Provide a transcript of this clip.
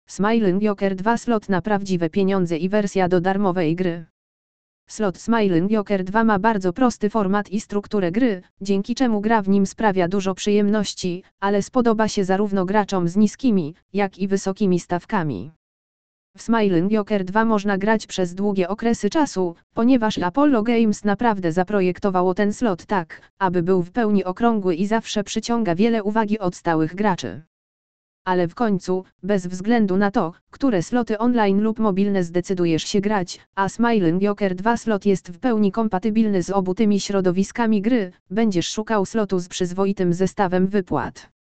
Smiling Joker 2 slot na prawdziwe pieniądze i wersja do darmowej gry. Slot Smiling Joker 2 ma bardzo prosty format i strukturę gry, dzięki czemu gra w nim sprawia dużo przyjemności, ale spodoba się zarówno graczom z niskimi, jak i wysokimi stawkami. W Smiling Joker 2 można grać przez długie okresy czasu, ponieważ Apollo Games naprawdę zaprojektowało ten slot tak, aby był w pełni okrągły i zawsze przyciąga wiele uwagi od stałych graczy. Ale w końcu, bez względu na to, które sloty online lub mobilne zdecydujesz się grać, a Smiling Joker 2 slot jest w pełni kompatybilny z obu tymi środowiskami gry, będziesz szukał slotu z przyzwoitym zestawem wypłat.